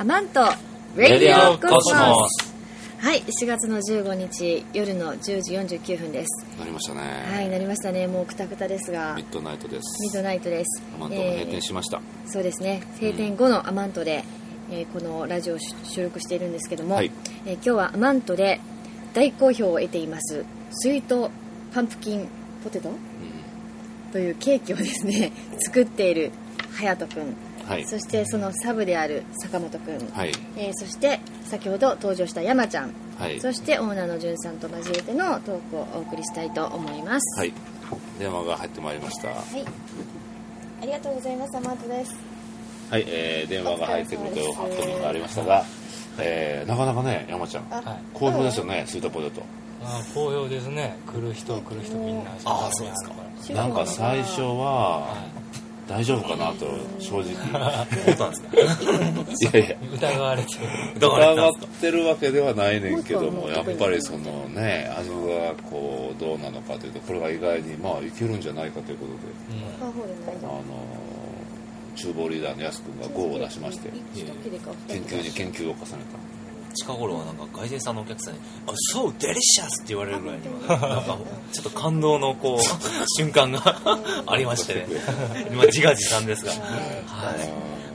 アマントラディオコスモス。はい、4月の15日夜の10時49分です。 なりましたね。 はい、なりましたね。もうクタクタですが、 ミッドナイトです。 ミッドナイトです。 アマントが閉店しました。 そうですね。閉店後のアマントで、このラジオを収録しているんですけども、はい、今日はアマントで大好評を得ていますスイートパンプキンポテト、というケーキをですね作っている隼人くん、はい、そしてそのサブである坂本くん、はい、そして先ほど登場した山ちゃん、はい、そしてオーナーのじゅんさんと交えてのトークをお送りしたいと思います。 はい、電話が入ってまいりました。はい、 ありがとうございます。アマントです。 はい、電話が入ってくるという発表がありましたが、なかなかね、山ちゃん、好評ですよね、スイートポテト。 好評ですね。来る人みんな。 ああ、そうですか。なんか最初は大丈夫かなと正直思ったんですか。いやいや、 疑われてるわけではないねんけども、やっぱりそのね、味がこうどうなのかというと、これが意外にまあいけるんじゃないかということで、厨房リーダーのやすくんが5を出しまして、研究を重ねた。 近頃はなんか外人さんのお客さんに「あ、そうデリシャス」って言われるぐらいになんかちょっと感動のこう瞬間がありましてね今自画自賛ですが、はい、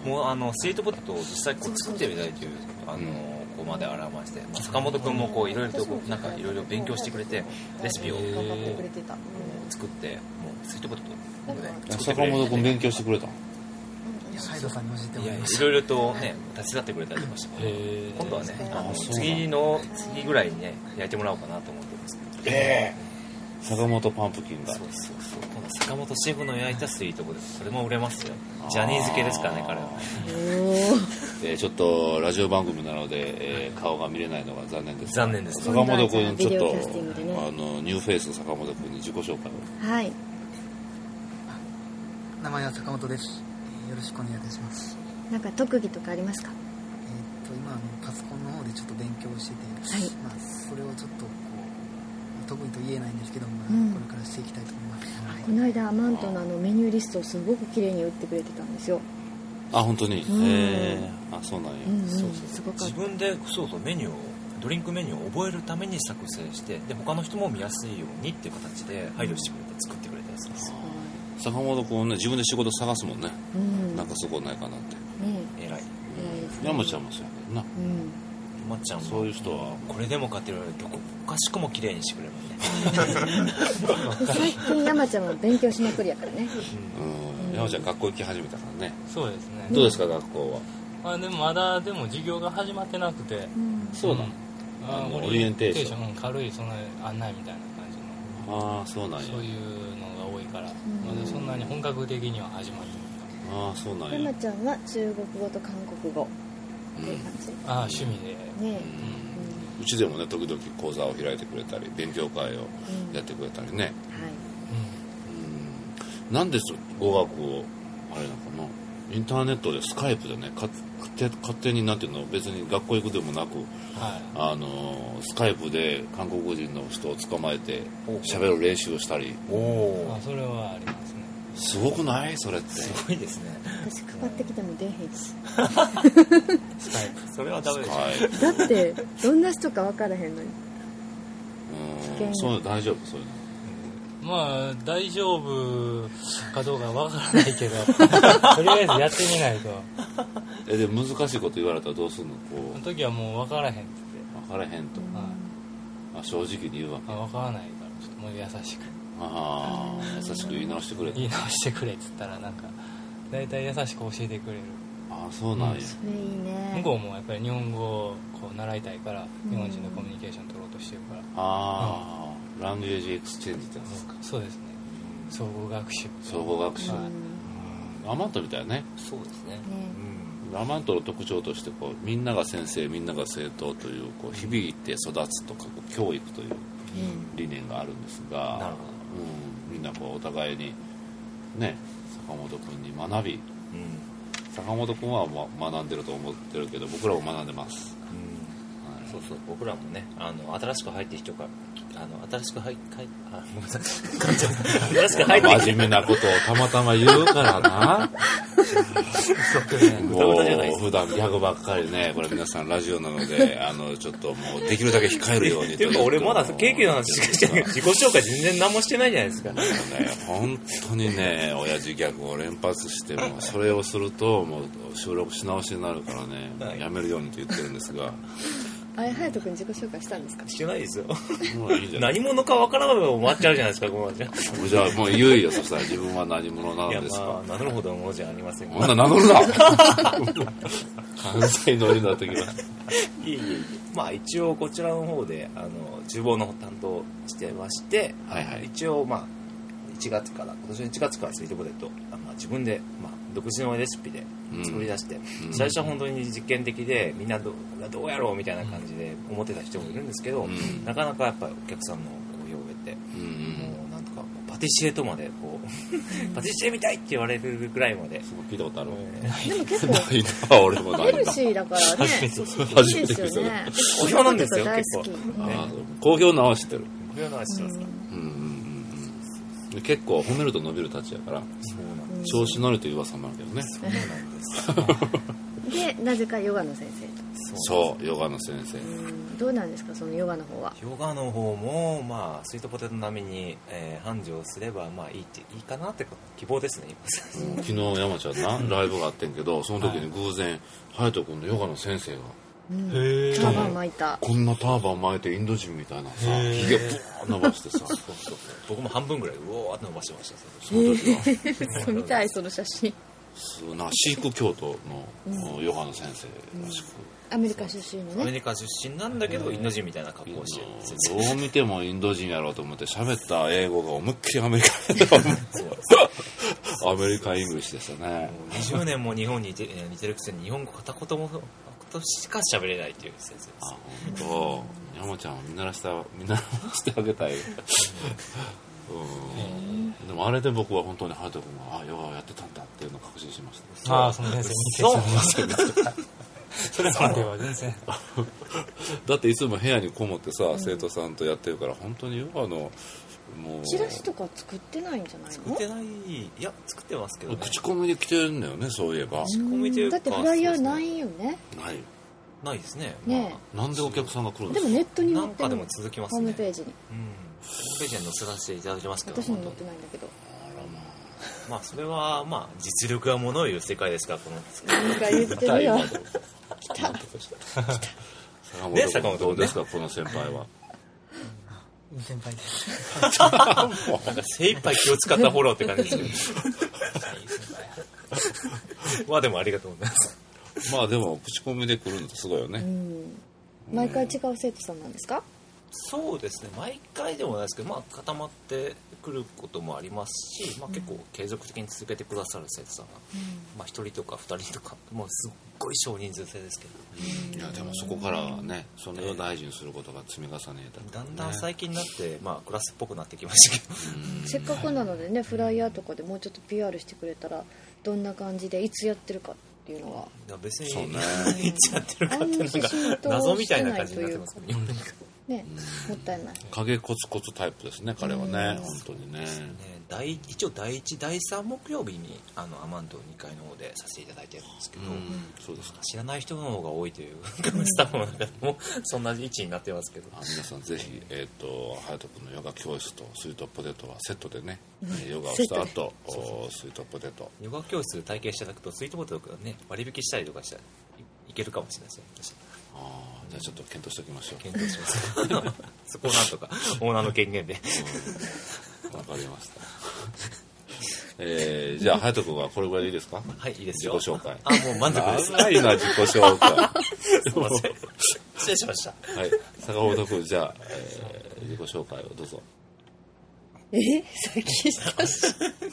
もうスイートポテトを実際こう作ってみたいというここまであらまして、坂本くんもこういろいろとなんかいろいろ勉強してくれてレシピを作ってもうスイートポテトで作ってくれて、 坂本くん勉強してくれた。 サイドさんに教えてもらいました。 いろいろとね手伝ってくれたりとかして、今度はね次ぐらいにね焼いてもらおうかなと思ってますけど。 坂本パンプキンだ。 そう今度坂本シェフの焼いたスイートポテト、それも売れますよ。ジャニーズ系ですからね、彼は。 ちょっとラジオ番組なので、顔が見れないのが残念です。 残念です。 坂本くんちょっとニューフェイス坂本くんに自己紹介を。 はい。 名前は坂本です。よろしくお願いいたします。 なんか特技とかありますか？ 今パソコンの方でちょっと勉強してて、はい、それをちょっとこう特技と言えないんですけども、これからしていきたいと思います。はい、 この間アマントのメニューリストをすごく綺麗に打ってくれてたんですよ。 あ、本当に。あ、そうなんや。 すごかった。 自分でメニューをドリンクメニューを覚えるために作成して、で他の人も見やすいようにっていう形で配慮してくれて作ってくれたやつです。 坂本君ね、自分で仕事探すもんね、なんかそこないかなって、 偉い。 山ちゃんもそうやけどな、 山ちゃんもそういう人はこれでもかって言われるとおかしくも綺麗にしてくれるもんね。 最近山ちゃんは勉強しまくりやからね。 山ちゃん学校行き始めたからね。 そうですね。 どうですか学校は。 でもまだ授業が始まってなくて、 そうなの。オリエンテーション、 軽いその案内みたいな感じの。ああ、そうなんや。 そういうのが多いから、まだそんなに本格的には始まってない。 ああ、そうなんや。 山ちゃんは中国語と韓国語っていう感じ。 趣味でね。 うちでもね、時々講座を開いてくれたり勉強会をやってくれたりね。なんで語学をあれなのかな、インターネットでスカイプでね、勝手になんていうの、別に学校行くでもなく、スカイプで韓国人の人を捕まえて喋る練習をしたり。 それはありますね。 すごくない？それってすごいですね。 私かかってきても出へんし。 スカイプ、それはダメでしょ。だってどんな人か分からへんのに。 そういうの大丈夫？そういうの。 まあ大丈夫かどうかわからないけどとりあえずやってみないと。 で難しいこと言われたらどうするの？ その時はもう分からへんって分からへんと、正直に言うわけ。 分からないからちょっともう優しく優しく言い直してくれ言い直してくれっつったらなんか大体優しく教えてくれる。 そうなんや。 それいいね。 向こうもやっぱり日本語をこう習いたいから日本人のコミュニケーション取ろうとしてるから。 ランゲージエクスチェンジってやつ。 そうですね。総合学習。 アマントみたいね。 そうですね。 アマントの特徴としてみんなが先生、みんなが生徒という響いて育つとか教育という理念があるんですが、 なるほど。 みんなお互いにね、坂本君に学び、坂本君は学んでると思ってるけど僕らも学んでます。 そうそう、僕らもね、新しく入ってきた人が、新しく入って真面目なことをたまたま言うからな。もう普段ギャグばっかりね、これ皆さんラジオなので、ちょっともうできるだけ控えるように。 っていうか俺まだケーキの話しかしてない。自己紹介全然何もしてないじゃないですか。 ね、本当にね、親父ギャグを連発しても、それをするともう収録し直しになるからね、はい、やめるようにと言ってるんですが。 あれ、隼人君自己紹介したんですか？ してないですよ。何者かわからないまま終わっちゃうじゃないですか、このじゃ。 じゃあもういよいよそしたら自分は何者なのですか？ いや、まあ、名乗るほどのものじゃありませんが。 まだ名乗るな。関西乗りになってきました。 いえ。まあ一応こちらの方で厨房の担当してまして、はいはい、一応まあ今年の1月からスイートポテト、自分で、独自のレシピで作り出して、最初は本当に実験的でみんなどうやろうみたいな感じで思ってた人もいるんですけど、なかなかやっぱりお客さんの好評を得て、もうなんとかパティシエとまでこうパティシエみたいって言われるぐらいまで。 聞いたことある。 でも結構俺もないんだ。 ヘルシーだからね。 初めて聞いたね。 好評なんですよ結構。 好評なのは知ってる。 好評なのは知ってますか。 結構褒めると伸びるたちやから、調子乗るという噂もあるけどね。 そうなんです。で、なぜかヨガの先生と。 そう、ヨガの先生。 どうなんですか、そのヨガの方は。 ヨガの方もまあスイートポテト並みに、繁盛すればまあいいかなって希望ですね。 昨日山ちゃんなライブがあってんけど、その時に偶然隼人君のヨガの先生が。 ターバン巻いた。 こんなターバン巻いてインド人みたいなさ、ひげブワー伸ばしてさ。 僕も半分ぐらいウォーって伸ばしてました。その時は。そう見たいその写真。 そうな、シーク教徒のヨガの先生らしく。 アメリカ出身のね。 アメリカ出身なんだけどインド人みたいな格好をしてる。 どう見てもインド人やろうと思って喋った英語が思いっきりアメリカアメリカイングリッシュでしたね。 20年も日本に似てるくせに日本語片言もしか喋れないっていう先生です。 あ、本当。山ちゃんを見習わしてあげたい。でもあれで僕は本当に隼人君がヨガをやってたんだっていうのを確信しました。 ああ、その先生見てた。それまでは全然。 だっていつも部屋にこもってさ、生徒さんとやってるから本当にヨガのもうチラシとか作ってないんじゃないの？ 作ってない。いや、作ってますけどね。 口コミで来てるんだよね、そういえば。 口コミというか、 だってフライヤーないよね。 ないですね。 ね、 なんでお客さんが来るんですか？ でもネットに載ってる。 なんかでも続きますね。 ホームページに。 ホームページに載せさせていただきますけど。 私に載ってないんだけど。 まあそれはまあ実力がものを言う世界ですからこの。 何か言ってるよ。来た。 ね、坂本どうですかこの先輩は。 先輩です。 なんか精一杯気を使ったフォローって感じですけど。まあでもありがとうございます。 まあでも口コミで来るのってすごいよね。 毎回違う生徒さんなんですか？ そうですね、毎回でもないですけど、まあ固まってくることもありますし、まあ、結構継続的に続けてくださる生徒さんが、まあ、1人とか2人とかもうすっごい少人数制ですけど、 いやでもそこからねそれを大事にすることが積み重ねた、 だんだん最近になって、まあ、クラスっぽくなってきましたけどせっかくなのでねフライヤーとかでもうちょっと PR してくれたらどんな感じでいつやってるかっていうのは。 いや別にいつやってるかってなんか謎みたいな感じになってますね、もったいない。 影コツコツタイプですね彼はね、本当にね。 一応第1第3木曜日にアマンド2階の方でさせていただいてるんですけど、 そうですか。 知らない人の方が多いというスタッフの中でもそんな位置になってますけど、 皆さんぜひ隼人君のヨガ教室とスイートポテトはセットでね、ヨガをした後スイートポテトヨガ教室体験していただくとスイートポテトがね割引したりとかしたらいけるかもしれないですね。 じゃあちょっと検討しておきましょう。 検討しますそこをなんとかオーナーの権限でわかりましたじゃあ隼人君はこれぐらいでいいですか？ はい、いいですよ。 自己紹介。 もう満足です。 長いな自己紹介すいません失礼しました。 はい、坂本君じゃあ、自己紹介をどうぞ。 さっきしたし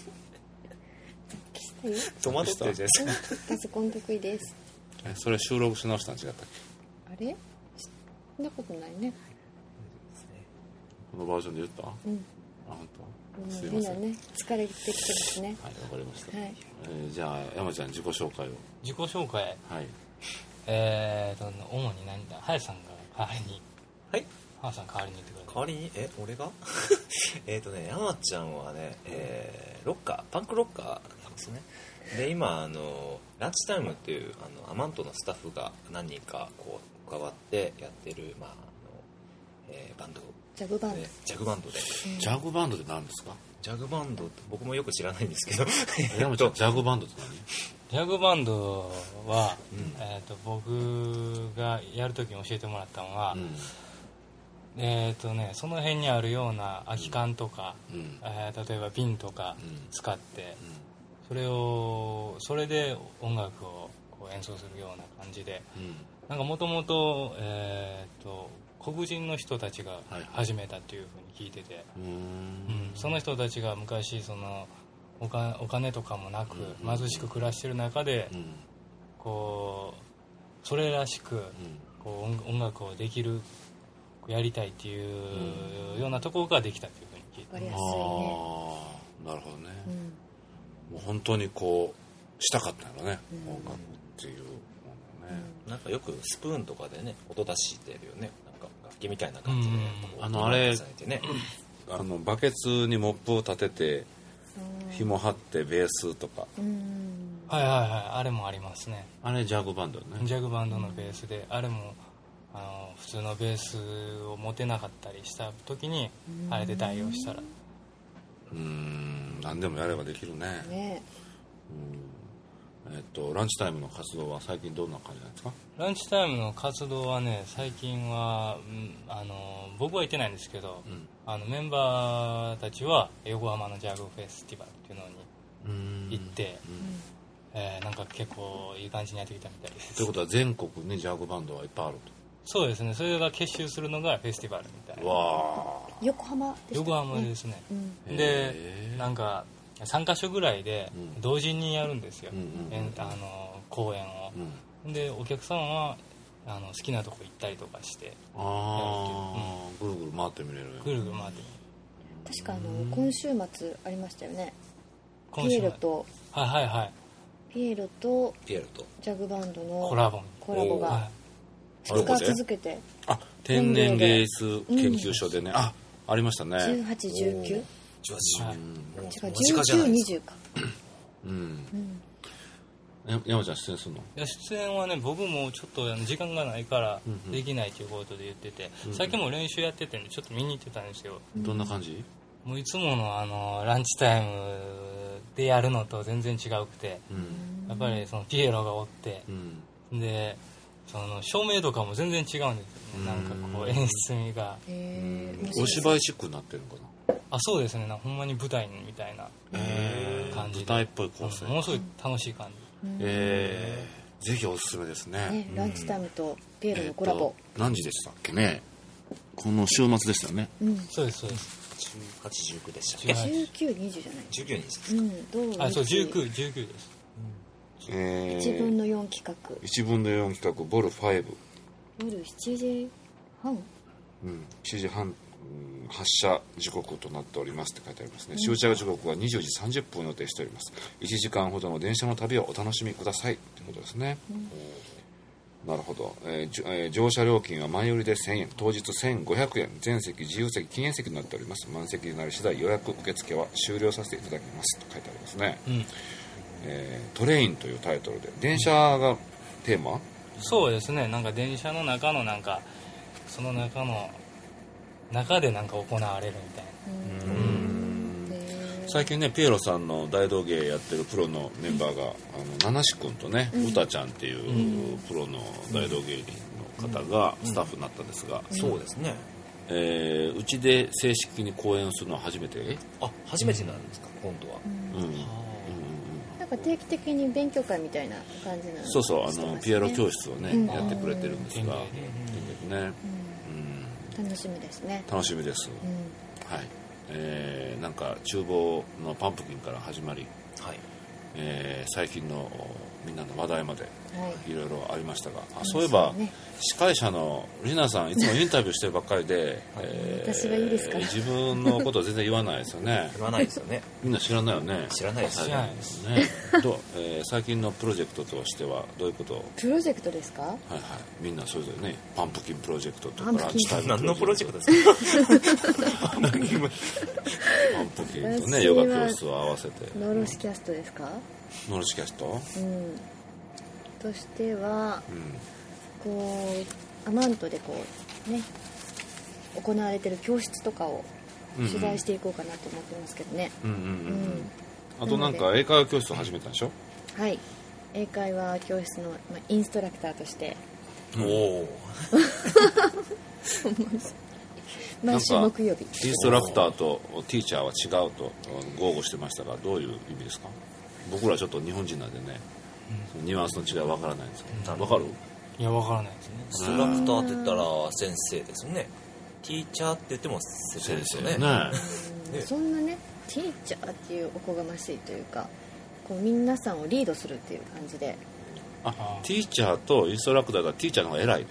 戸惑ってるじゃないですか。 パソコン得意です。 それ収録し直したん違ったっけ？ あれそんなことないね。 このバージョンで言った？あ、本当。すいません。 みんなね疲れてきてますね。 はい、わかりました。 はい。 じゃあ山ちゃん自己紹介を。 自己紹介。 はい。 主に何だ、はやさんが代わりに。 はい。 浜さん代わりに言ってくれる。 代わりに俺が山ちゃんはね、ロッカー、パンクロッカーなんですね。で、今、ランチタイムっていう、アマントのスタッフが何人か、こう、加わってやってる、まあ、バンド。 ジャグバンド。 ジャグバンドで。 ジャグバンドって何ですか？ ジャグバンドって僕もよく知らないんですけど。 山ちゃん、ジャグバンドってジャグバンドは、僕がやるときに教えてもらったのは、その辺にあるような空き缶とか、例えば瓶とか使って、それで音楽をこう演奏するような感じで、なんかもともと黒人の人たちが始めたっていうふうに聞いてて、その人たちが昔そのお金とかもなく貧しく暮らしてる中で、こうそれらしくこう音楽をできるやりたいっていうようなところができたっていうふうに聞いて、 わかりやすいね。 なるほどね、もう本当にこうしたかったのね、音楽っていうものね、 なんかよくスプーンとかでね音出してるよね、なんか楽器みたいな感じで、 あれされてね、 バケツにモップを立てて紐張ってベースとか、 はいはいはい、あれもありますね。 あれジャグバンドね。 ジャグバンドのベースで、あれも普通のベースを持てなかったりした時にあれで代用したら、 何でもやればできるね。ランチタイムの活動は最近どんな感じなんですか？ ランチタイムの活動はね、最近は、僕は行ってないんですけど、メンバーたちは横浜のジャグフェスティバルっていうのに行って、なんか結構いい感じにやってきたみたいです。 ということは全国にジャグバンドはいっぱいあると。 そうですね、それが結集するのがフェスティバルみたいな。 横浜ですね。 横浜ですね、でなんか3カ所ぐらいで同時にやるんですよ、公演を、でお客さんは好きなとこ行ったりとかしてやるっていう、 ぐるぐる回ってみれる。 ぐるぐる回ってみる。確か今週末ありましたよね。ピエロと、 はいはいはい、 ピエロとジャグバンドのコラボが2日続けて、 天然芸術研究所でね、ありましたね。 18、19、 違う 19、20か。 山ちゃん出演するの？ いや、出演はね、僕もちょっと時間がないからできないということで言ってて、最近も練習やっててね、ちょっと見に行ってたんですよ。 どんな感じ？ もういつものランチタイムでやるのと全然違うくて、やっぱりそのピエロがおって、でその照明とかも全然違うんですよね。なんかこう演出味が、 お芝居シックになってるのかな？ そうですね、ほんまに舞台みたいな感じで、 舞台っぽい構成、 ものすごい楽しい感じ。 ぜひおすすめですね。 ランチタイムとピエロのコラボ、 何時でしたっけね？この週末でしたよね。 そうですそうです。 18、19でしたっけ ？19、20じゃない？ 19、20 です。そう、19です。 1分の4企画。 1分の4企画、ボル5。 夜7時半 7時半、発車時刻となっておりますって書いてありますね。終着時刻は20時30分予定しております。1時間ほどの電車の旅をお楽しみくださいということですね。なるほど、乗車料金は前売りで1000円、当日1500円、全席自由席禁煙席になっております。満席になり次第予約受付は終了させていただきますと書いてありますね。トレインというタイトルで、電車がテーマ？ そうですね、なんか電車の中のなんかその中でなんか行われるみたいな。最近ね、ピエロさんの大道芸やってるプロのメンバーが七志くんとね、うたちゃんっていうプロの大道芸人の方がスタッフになったんですが、 そうですね、 うちで正式に公演をするのは初めて？ 初めてなんですか、今度は。 なんか定期的に勉強会みたいな感じなの？ そうピエロ教室をね、やってくれてるんですが、 楽しみですね。 楽しみです。はい。なんか厨房のパンプキンから始まり、 最近のみんなの話題までいろいろありましたが、 そういえば司会者のリナさんいつもインタビューしてるばっかりで、 私がいいですか？ 自分のことは全然言わないですよね。 言わないですよね。 みんな知らないよね。 知らないですよね。 最近のプロジェクトとしてはどういうことを？ プロジェクトですか？ はいはい、みんなそれぞれね、パンプキンプロジェクトとかランチタイム何のプロジェクトですか？ パンプキンとねヨガ教室を合わせて。 ノーロシキャストですか？ ノーロシキャスト？ としては、こうアマントでこうね行われてる教室とかを取材していこうかなと思ってますけどね。 あとなんか英会話教室を始めたんでしょ？ はい、英会話教室の、インストラクターとして。毎週木曜日。 インストラクターとティーチャーは違うと豪語してましたが、どういう意味ですか？僕らちょっと日本人なんでね、ニュアンスの違いは分からないんですけど、分かる？ いや、分からないですね。 インストラクターって言ったら先生ですよね。ティーチャーって言っても先生ですよね。 そんなね、ティーチャーっていうおこがましいというか、こう皆さんをリードするっていう感じで。 ティーチャーとインストラクターがティーチャーの方が偉い？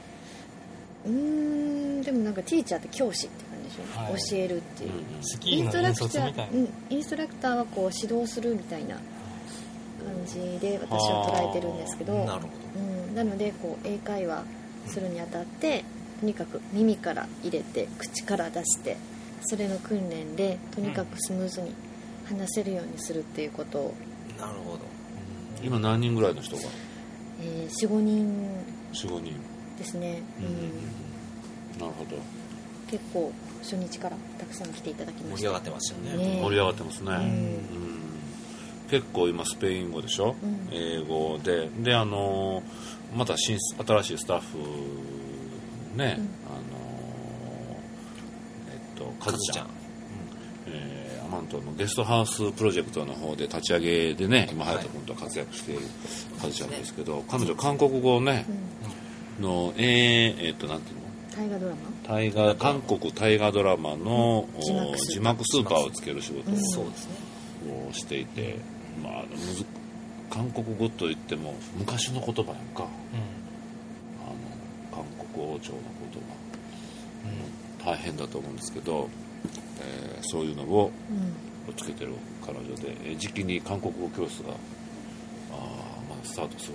でもなんかティーチャーって教師って感じでしょ、教えるっていう。 スキーの引率みたいな。 インストラクターはこう指導するみたいな感じで私は捉えてるんですけど、 なるほど。 なのでこう英会話するにあたってとにかく耳から入れて口から出して、それの訓練でとにかくスムーズに話せるようにするっていうことを。 なるほど。 今何人ぐらいの人が ？4,5 人ですね。 なるほど。 結構初日からたくさん来ていただきました。 盛り上がってますよね。 盛り上がってますね。結構今スペイン語でしょ、英語でまた新しいスタッフね、カズちゃん、アマントのゲストハウスプロジェクトの方で立ち上げでね、今隼人君と活躍しているカズちゃんですけど、彼女韓国語ね、のなんていうの、 大河ドラマ、 韓国大河ドラマの字幕スーパーをつける仕事をしていて、韓国語といっても昔の言葉やんか、韓国王朝の言葉、大変だと思うんですけど、そういうのをつけてる彼女で、時期に韓国語教室がスタートする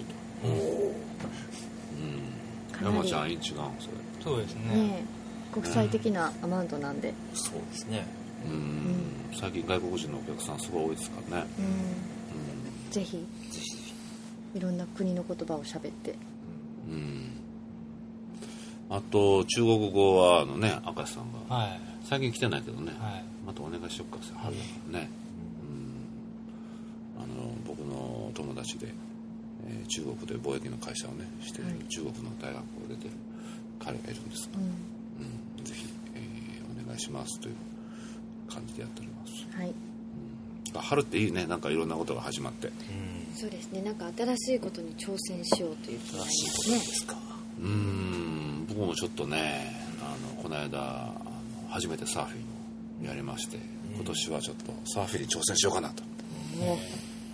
と。山ちゃん、違うんそれ？ そうですね。 国際的なアマウントなんで。 そうですね。 最近外国人のお客さんすごい多いですからね。 ぜひいろんな国の言葉を喋って。 あと中国語は明石さんが、最近来てないけどね、またお願いしようか、春だからね。僕の友達で、中国で貿易の会社をねしている、中国の大学を出てる彼がいるんですが、ぜひ、お願いしますという感じでやっております。春っていいね、なんかいろんなことが始まって。 そうですね、なんか新しいことに挑戦しようという気がしますね。ですか。 僕もちょっとね、この間初めてサーフィンをやりまして、今年はちょっとサーフィンに挑戦しようかなと、思って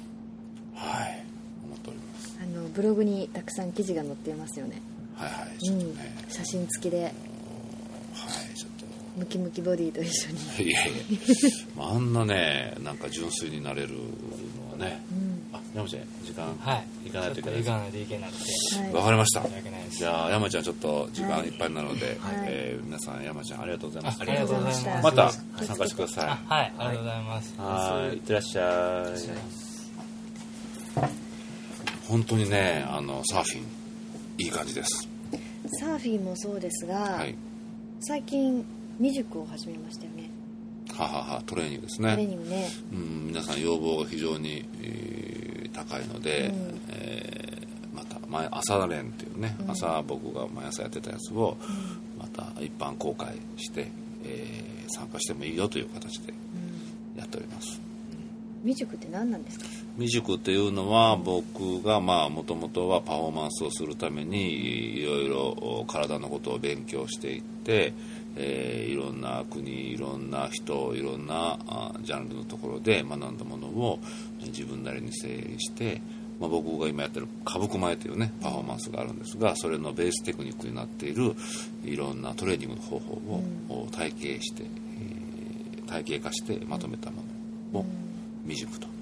おります。 ブログにたくさん記事が載っていますよね。 ちょっとね、 写真付きで、 ちょっとムキムキボディと一緒に。 いやあんなね、なんか純粋になれるのはね、山ちゃん時間行かないといけないです。 行かないといけなくて。 わかりました。じゃあ山ちゃんちょっと時間いっぱいなので、皆さん山ちゃんありがとうございます。 ありがとうございます。 また参加してください。 ありがとうございます。 いってらっしゃい。本当にね、サーフィンいい感じです。 サーフィンもそうですが、最近未熟を始めましたよね。 トレーニングですね。 トレーニングね。 皆さん要望が非常に、高いので、また朝練っていうね、朝僕が毎朝やってたやつをまた一般公開して、参加してもいいよという形でやっております。 未熟って何なんですか？ 未熟っていうのは、僕がもともとはパフォーマンスをするためにいろいろ体のことを勉強していって、いろんな国、いろんな人、いろんなジャンルのところで学んだものを自分なりに整理して、僕が今やってる歌舞前というねパフォーマンスがあるんですが、それのベーステクニックになっているいろんなトレーニングの方法を体系して、体系化してまとめたものを未熟と、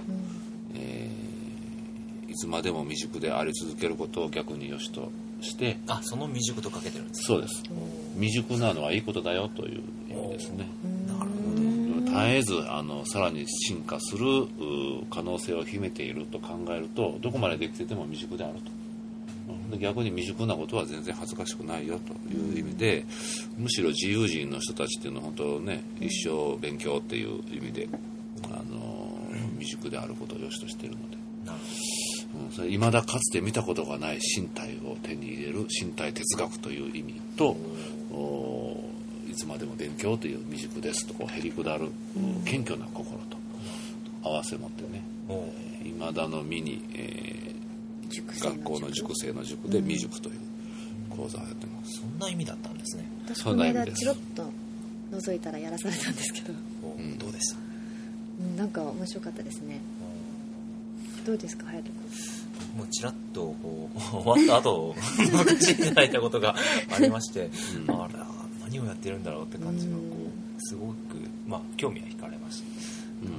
いつまでも未熟であり続けることを逆に良しとして、 その未熟とかけてるんですか？ そうです。未熟なのはいいことだよという意味ですね。 なるほど。 絶えずさらに進化する可能性を秘めていると考えると、どこまでできてても未熟であると。逆に未熟なことは全然恥ずかしくないよという意味で、むしろ自由人の人たちっていうのは本当ね、一生勉強っていう意味で未熟であることを良しとしているので、それ未だかつて見たことがない身体を手に入れる身体哲学という意味と、いつまでも勉強という未熟ですとこうへりくだる謙虚な心と合わせ持ってね、未だの身に、学校の塾生の塾で未熟という講座をやってます。 そんな意味だったんですね。 私この間チロッと覗いたらやらされたんですけど、 どうでした？ なんか面白かったですね。どうですか、隼人君？ もうちらっと終わった後口にいただいたことがありまして、あら何をやってるんだろうって感じがすごく興味は惹かれました。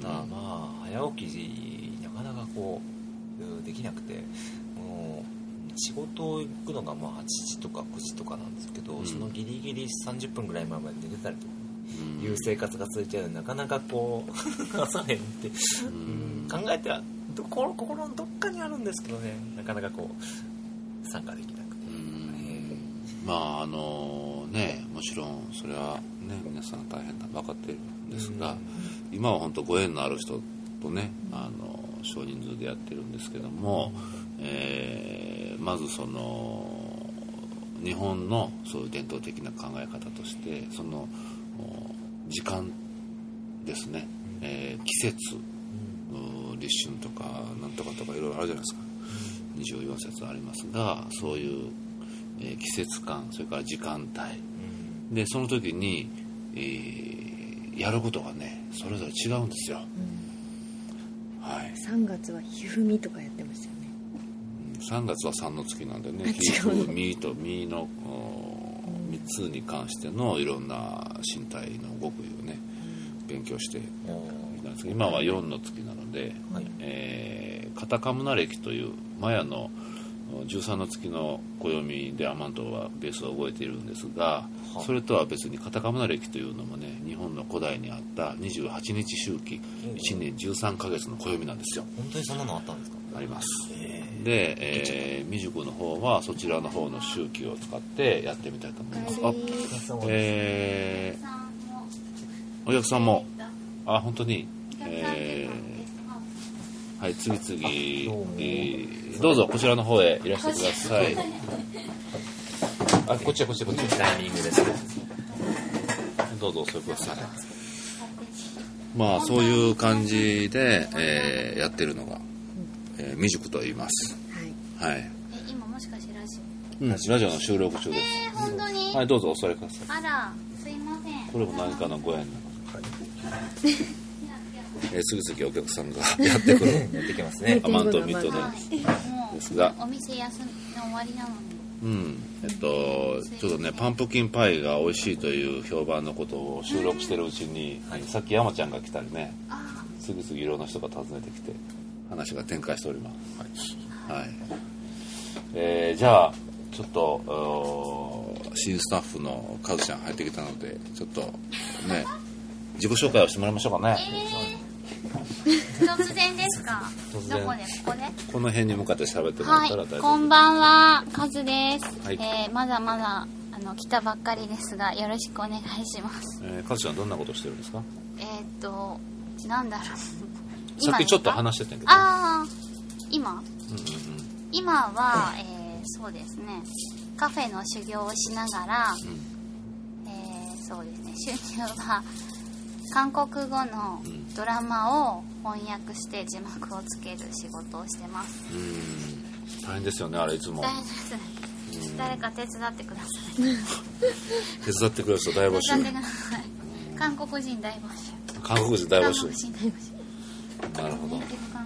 ただ早起きなかなかできなくて、もう仕事行くのが8時とか9時とかなんですけど、そのギリギリ30分ぐらい前まで寝てたりとかいう生活が続いてるので、なかなか朝練って考えては心のどっかにあるんですけどね、なかなか参加できなくて、 もちろんそれはね皆さん大変だ分かっているんですが、今は本当ご縁のある人とね少人数でやってるんですけども、まずその日本のそういう伝統的な考え方として、その時間ですね、季節、立春とかなんとかとかいろいろあるじゃないですか。24節ありますが、そういう、季節感、それから時間帯で、その時に、やることがねそれぞれ違うんですよ。 3月はひふみとかやってましたよね。 3月は3の月なんでね、ひふみとみの3つに関してのいろんな身体の極意をね勉強してなんですけど、今は4の月なので、カタカムナ暦というマヤの13の月の暦でアマントはベースを覚えているんですが、それとは別にカタカムナ暦というのもね、日本の古代にあった28日周期1年13ヶ月の暦なんですよ。 本当にそんなのあったんですか？ あります。で、未熟の方はそちらの方の周期を使ってやってみたいと思います。お客さんも本当に、はい、次々、どうぞこちらの方へいらしてください。こっちタイミングですね。 どうぞお座りください。そういう感じで、やってるのが、未熟と言います。はい。 今もしかしてラジオ？ ラジオの収録中です。 本当に？ はい、どうぞお座りください。 あら、すいません。 これも何かのご縁なので。次々お客さんがやってくる。 やってきますね。 アマントミッドですが、 お店休みの終わりなのに。 ちょっとねパンプキンパイが美味しいという評判のことを収録してるうちに、さっき山ちゃんが来たりね、次々いろんな人が訪ねてきて話が展開しております。じゃあちょっと新スタッフのカズちゃん入ってきたので、ちょっとね自己紹介をしてもらいましょうかね。 突然ですか？どこで？ここで？ この辺に向かって喋ってもらったら大丈夫。 こんばんは、カズです。まだまだ来たばっかりですが、よろしくお願いします。 カズちゃんどんなことしてるんですか？ なんだろう。 さっきちょっと話してたけど。 今？今は、そうですね。カフェの修行をしながら、そうですね。収入は韓国語のドラマを翻訳して字幕をつける仕事をしてます。 大変ですよね、あれいつも。 大変です。 誰か手伝ってください。 手伝ってくれる人大募集。 手伝ってください。韓国人大募集。 韓国人大募集。なるほど。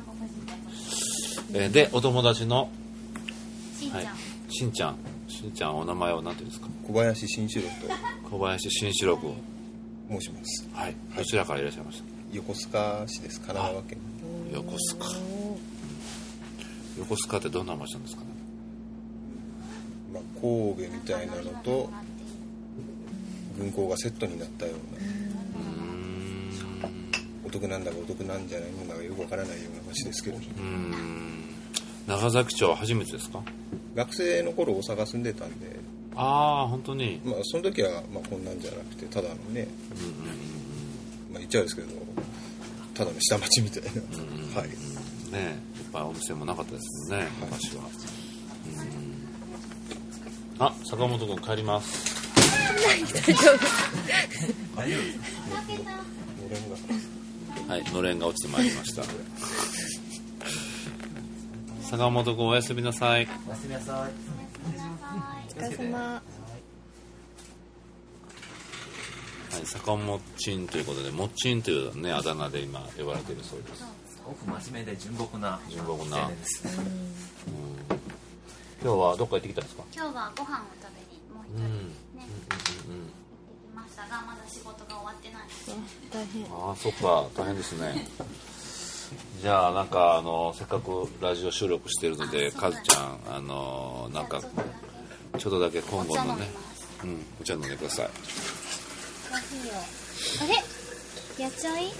でお友達のしんちゃん、 しんちゃん、しんちゃんお名前は何ていうんですか？ 小林慎四郎と小林慎四郎君。 申します。 はい。どちらからいらっしゃいました？ 横須賀市です。神奈川県。 横須賀。横須賀ってどんな町なんですかね？ まあ、神戸みたいなのと軍港がセットになったような、お得なんだかお得なんじゃないのかよくわからないような町ですけど。 長崎町は初めてですか？ 学生の頃大阪住んでたんで。 ああ、本当に。 まあその時はまあこんなんじゃなくてただのね、まあ言っちゃうんですけど、ただの下町みたいな。はい。 ねえ、いっぱいお店もなかったですもんね、昔は。あ、坂本君帰ります。 大丈夫。 はい、のれんが落ちてまいりました。坂本君おやすみなさい。 おやすみなさい。 お疲れ様。 はい、坂本ちんということで、もっちんというねあだ名で今呼ばれているそうです。 すごく真面目で純朴な青年です。 今日はどっか行ってきたんですか？ 今日はご飯を食べにもう一人ね、行ってきましたが、まだ仕事が終わってないです。 大変。 ああ、そっか、大変ですね。じゃあなんかせっかくラジオ収録しているので、カズちゃんなんかちょっとだけ今後のね、お茶飲んでください。 あれ、やっちゃい？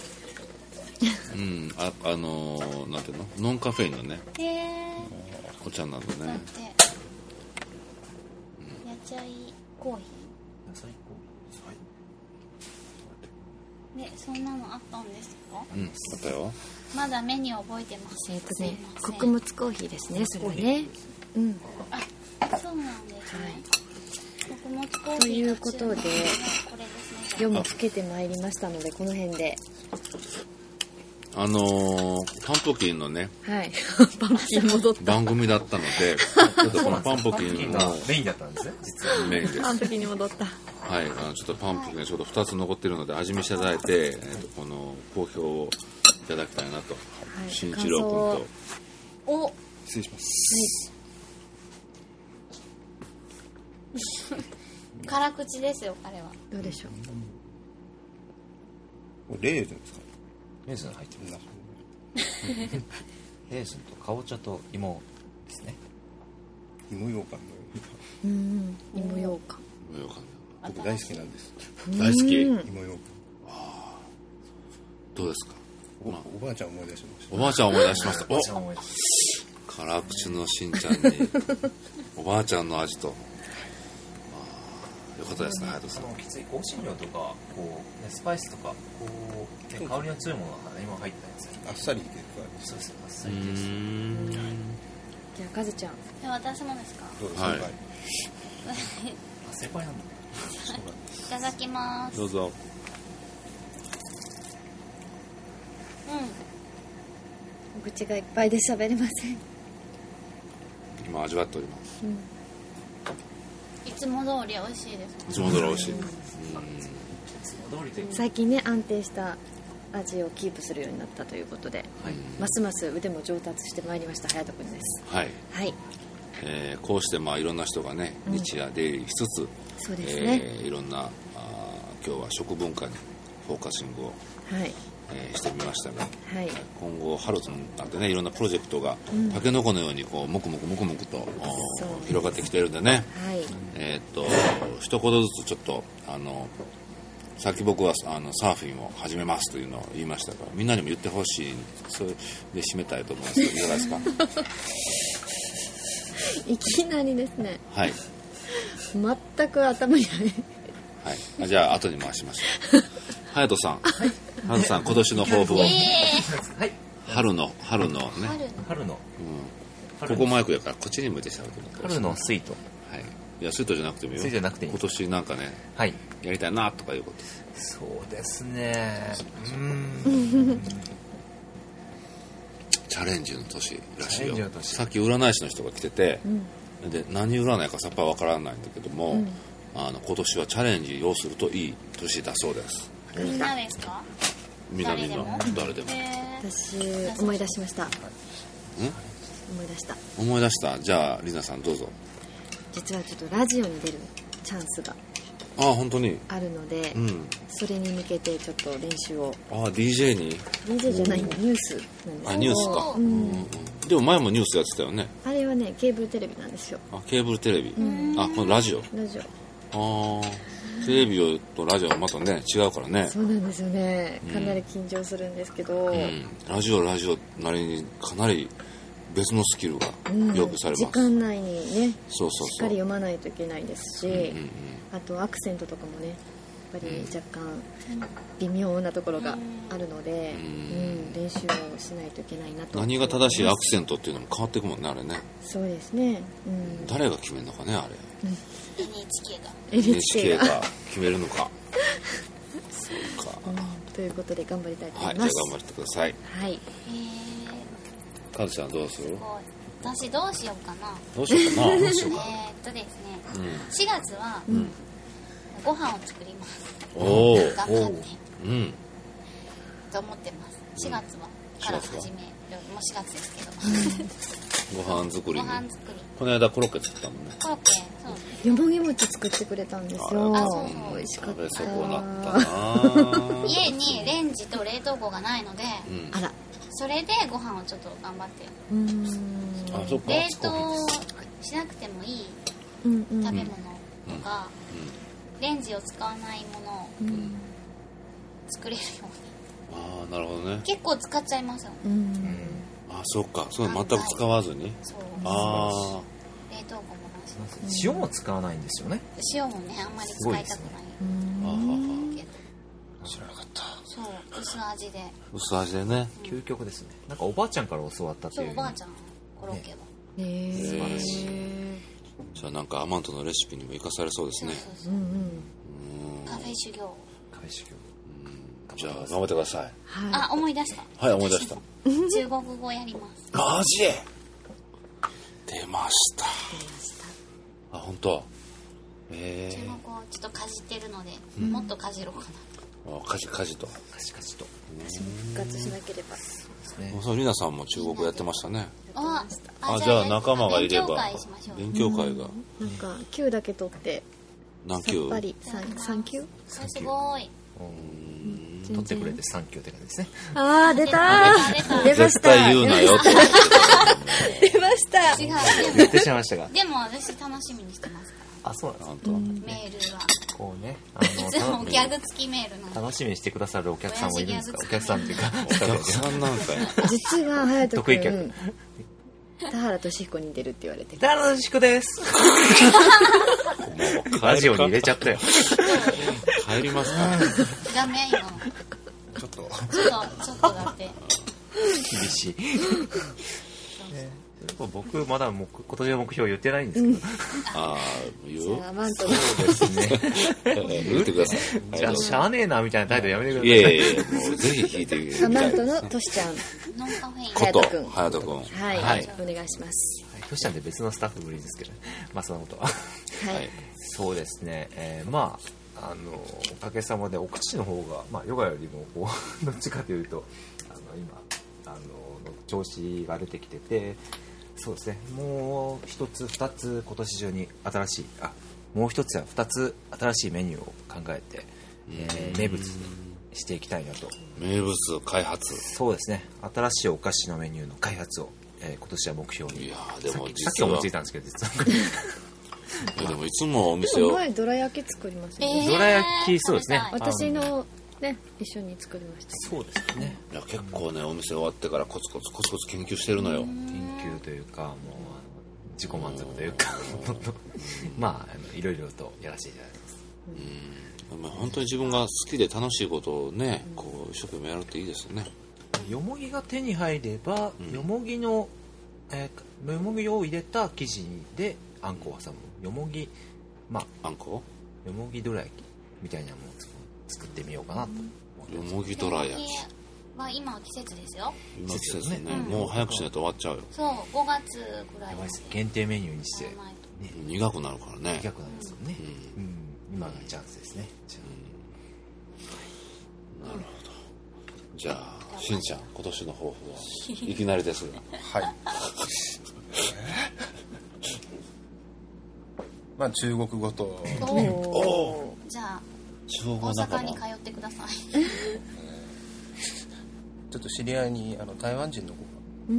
なんていうの、ノンカフェインのね、お茶なのね。 やっちゃいコーヒー。ね、そんなのあったんですか？ あったよ。 まだメニュー覚えてます。 穀物コーヒーですね、それはね。 あ、そうなんですね。穀物コーヒーということで、 これですね。 夜も更けてまいりましたので、この辺で。 パンプキンのね、 はい、パンプキン戻った番組だったので、ちょっとこのパンプキンのメインだったんですね、実は。 メインです。 パンプキンに戻った。 はい、ちょっとパンプキンがちょうど2つ残っているので味見していただいて、この好評をいただきたいなと。慎一郎君と。 失礼します。 辛口ですよ、彼は。 どうでしょう。 これレーズンですか？ レーズン入ってるな。レーズンとかぼちゃと芋ですね。 芋ようかんの芋ようかん。 僕大好きなんです。 大好き。 芋ようかん。 どうですか？ おばあちゃん思い出しました。 おばあちゃん思い出しました。辛口のしんちゃんにおばあちゃんの味と。よかったですね、隼人さん。 きつい香辛料とかこう、ね、スパイスとかこう、ね、香りの強いものが何も入ってないんですよ。 あっさりでそうですね、あっさりです。 じゃあカズちゃん。 私もですか？ どうですはい。 先輩なんだ。 いただきます。 どうぞ。 お口がいっぱいで喋れません。 今味わっております。 いつも通り美味しいです。 いつも通り美味しい。 最近ね、安定した味をキープするようになったということで、ますます腕も上達してまいりました隼人君です。 はい。 はい。 こうしていろんな人がね、日夜出入りしつつ、 そうですね。 いろんな今日は食文化にフォーカシングを、してみましたが、今後春になってね、いろんなプロジェクトがタケノコのようにこうムクムクと広がってきているんでね、一言ずつちょっとさっき僕はサーフィンを始めますというのを言いましたから、みんなにも言ってほしい、それで締めたいと思いますけど、いかがですか？ いきなりですね。 はい。 全く頭にない。 はい。じゃあ後に回しましょう。隼人さん。隼人さん、今年の抱負を。春のね。 春の。 ここマイクやからこっちに向いてしゃべってもらって。 春のスイート。 はい。いや、スイートじゃなくてもいいよ。 スイートじゃなくていい。 今年なんかね、やりたいなとかいうこと。 そうですね。 チャレンジの年らしいよ。さっき占い師の人が来てて、 で何占いかさっぱりわからないんだけども、今年はチャレンジをするといい年だそうです。 みんなですか？ 誰でも。 私思い出しました。思い出した。 じゃあリナさんどうぞ。 実はちょっとラジオに出るチャンスが本当にあるので、それに向けてちょっと練習を。 DJ じゃないニュースなんです。 ニュースか。でも前もニュースやってたよね。 あれはねケーブルテレビなんですよ。 ケーブルテレビ。このラジオ。テレビとラジオはまたね違うからね。 そうなんですよね。かなり緊張するんですけど、 ラジオなりにかなり別のスキルが要求されます。 時間内にねしっかり読まないといけないですし、あとアクセントとかもねやっぱり若干微妙なところがあるので、練習をしないといけないなと。 何が正しいアクセントっていうのも変わっていくもんね、あれね。 そうですね、 誰が決めるのかね、あれ。 NHK が決めるのか。そうか、 ということで頑張りたいと思います。 じゃあ頑張ってください。カズちゃんどうする？ 私どうしようかな。 ですね、 4月はご飯を作ります。頑張ってと思ってます。4月はから始める。もう4月ですけど。 ご飯作り。この間コロッケ作ったもんね。 コロッケ、そう。 よもぎ餅作ってくれたんですよ。美味しかった。 そうなったな。 家にレンジと冷凍庫がないので、 あら。 それでご飯をちょっと頑張って。冷凍しなくてもいい食べ物とか、レンジを使わないものを作れるように。 なるほどね。 結構使っちゃいますよ。 そうか、そう全く使わずに。 そう。冷凍庫もなし。塩も使わないんですよね。 塩もね、あんまり使いたくない。 知らなかった。 そう、薄味で。 薄味でね。 究極ですね。なんかおばあちゃんから教わったっていう。 そう、おばあちゃんコロッケは。 素晴らしい。 じゃあなんかアマントのレシピにも生かされそうですね。 カフェ修行。 じゃあ頑張ってください。 思い出した。 はい、思い出した。 中国語やります。 マジ？出ました。本当。 中国語をちょっとかじってるので、もっとかじろうかな。 かじと。 私も復活しなければ。 そうリナさんも中国語やってましたね。 じゃあ仲間がいれば勉強会が。 なんか級だけ取って何級？ さっぱり3級？ すごい。 取ってくれて3級って感じですね。 出た。 絶対言うなよって。 出ました。 違う。 言ってしまいましたが。 でも私楽しみにしてますから。 そうなんです。メールは。 こうね、 いつもギャグ付きメール楽しみにしてくださるお客さんもいるんですか？お客さんっていうか、 お客さんなんかい。 実は隼人君、田原俊彦に出るって言われてる。 田原俊彦です。ラジオに入れちゃったよ。 帰りますか？ ダメ今。ちょっとだって。 厳しい。僕まだ今年の目標言ってないんですけど。 言う？ そうですね。 言ってください。 じゃあしゃあねえなみたいな態度やめてください。 いやもうぜひ聞いてください。 アマントのトシちゃん。 ノンカフェイン。 隼人君。 はい。お願いします。 トシちゃんって別のスタッフぶりですけど、そのことは。そうですね。おかげさまでお菓子の方がヨガよりもどっちかというと今調子が出てきてて、そうですね。もう一つ二つ今年中に新しいもう一つや二つ新しいメニューを考えて、名物にしていきたいなと。 名物開発。 そうですね。新しいお菓子のメニューの開発を、今年は目標に。 いやでもさっき思いついたんですけど実は。 でもいつもお店を前どら焼き作りますね。 どら焼きそうですね。 私のね一緒に作りました。 そうですね。 いや結構ねお店終わってからコツコツ研究してるのよ。 研究というかもう自己満足というかいろいろとやらせていただいてます。 本当に自分が好きで楽しいことをねこう一生懸命やるっていいですよね。 よもぎが手に入れば、よもぎを入れた生地であんこを挟むよもぎあんこよもぎどら焼きみたいなものを作ってみようかなと思ってよもぎどら焼きは今は季節ですよ。 今季節ね、もう早くしないと終わっちゃうよ。 そう、5月ぐらいまで限定メニューにして、 苦くなるからね。 苦くなりますよね。今がチャンスですね。 なるほど。じゃあしんちゃん、今年の抱負はいきなりですが。 はい。まあ中国語と。 じゃあ中国語大なんかも阪に通ってください。 ちょっと知り合いに台湾人の子が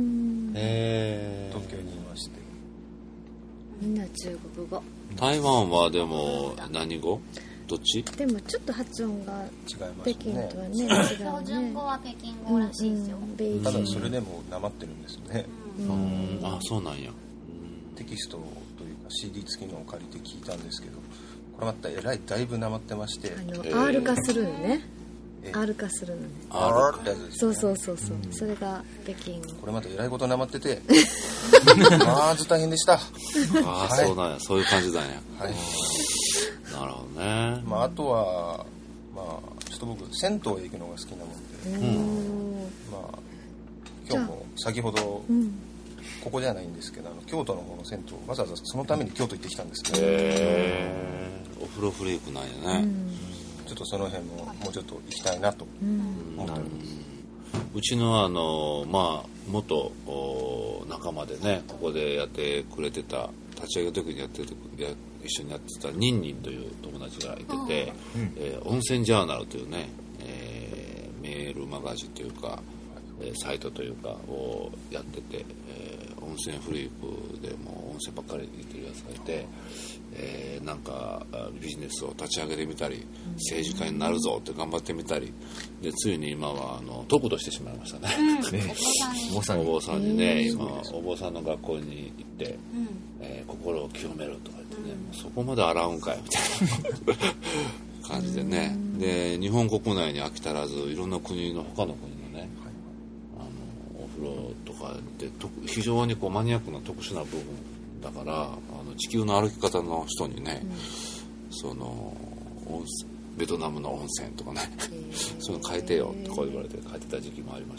東京にいまして、 みんな中国語。 台湾はでも何語？どっち？ でもちょっと発音が北京とはね違うね。 標準語は北京語らしいですよ。 ただそれでもなまってるんですね。 あ、そうなんや。 テキストというか CD 付きのを借りて聞いたんですけど、これまただいぶなまってまして、 R 化するのね。R 化するのね。 R ってやつですね。 そう。それが北京語。 これまたえらいことなまってて、まず大変でした。 ああ、そうなんや。そういう感じだね。 はい。 なるほどね。 まああとはちょっと僕銭湯へ行くのが好きなもんで、まあ今日も先ほどここじゃないんですけど京都の方の銭湯わざわざそのために京都行ってきたんですけど、 お風呂フリークなんやね。 ちょっとその辺ももうちょっと行きたいなと思っております。 うちの元仲間でね、ここでやってくれてた、立ち上げの時に一緒にやってたニンニンという友達がいてて、温泉ジャーナルというね、メールマガジンというか、サイトというかをやってて、温泉フリークでも温泉ばっかり行ってるやつがいて、なんかビジネスを立ち上げてみたり、政治家になるぞって頑張ってみたりで、ついに今は得度してしまいましたね。お坊さんにね、今お坊さんの学校に行って、心を清めるとか言ってね、そこまで洗うんかいみたいな感じでね。で日本国内に飽き足らず、いろんな国の他の国のね、お風呂とかで非常にマニアックな特殊な部分だから、地球の歩き方の人にね、そのベトナムの温泉とかね、そういうの変えてよってこう言われて変えてた時期もありました。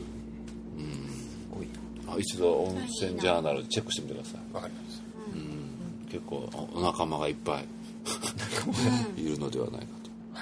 一度温泉ジャーナルチェックしてみてください。 わかります。 結構お仲間がいっぱいいるのではないかと。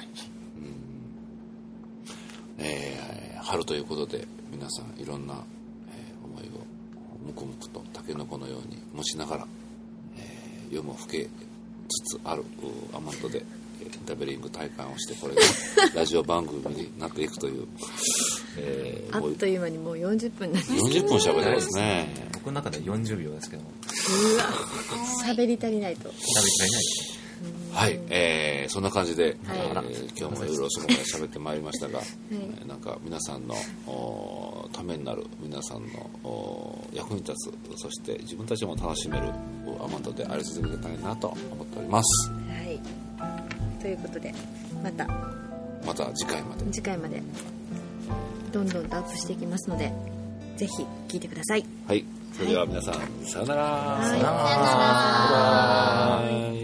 春ということで皆さんいろんな、思いをむくむくとタケノコのように持ちながら、夜も更けつつあるアマントでダベリング体感をして、これがラジオ番組になっていくという、 あっという間にもう40分になりました。40分喋ってますね。 僕の中では40秒ですけども、 喋り足りないと。 はい、そんな感じで、今日もいろいろそのまま喋ってまいりましたが、なんか皆さんのためになる、皆さんの役に立つ、そして自分たちも楽しめるアマンドであり続けたいなと思っております。 はい。ということでまた次回までどんどんとアップしていきますので、ぜひ聞いてください。 はい。それでは皆さん、さよなら。 さよなら。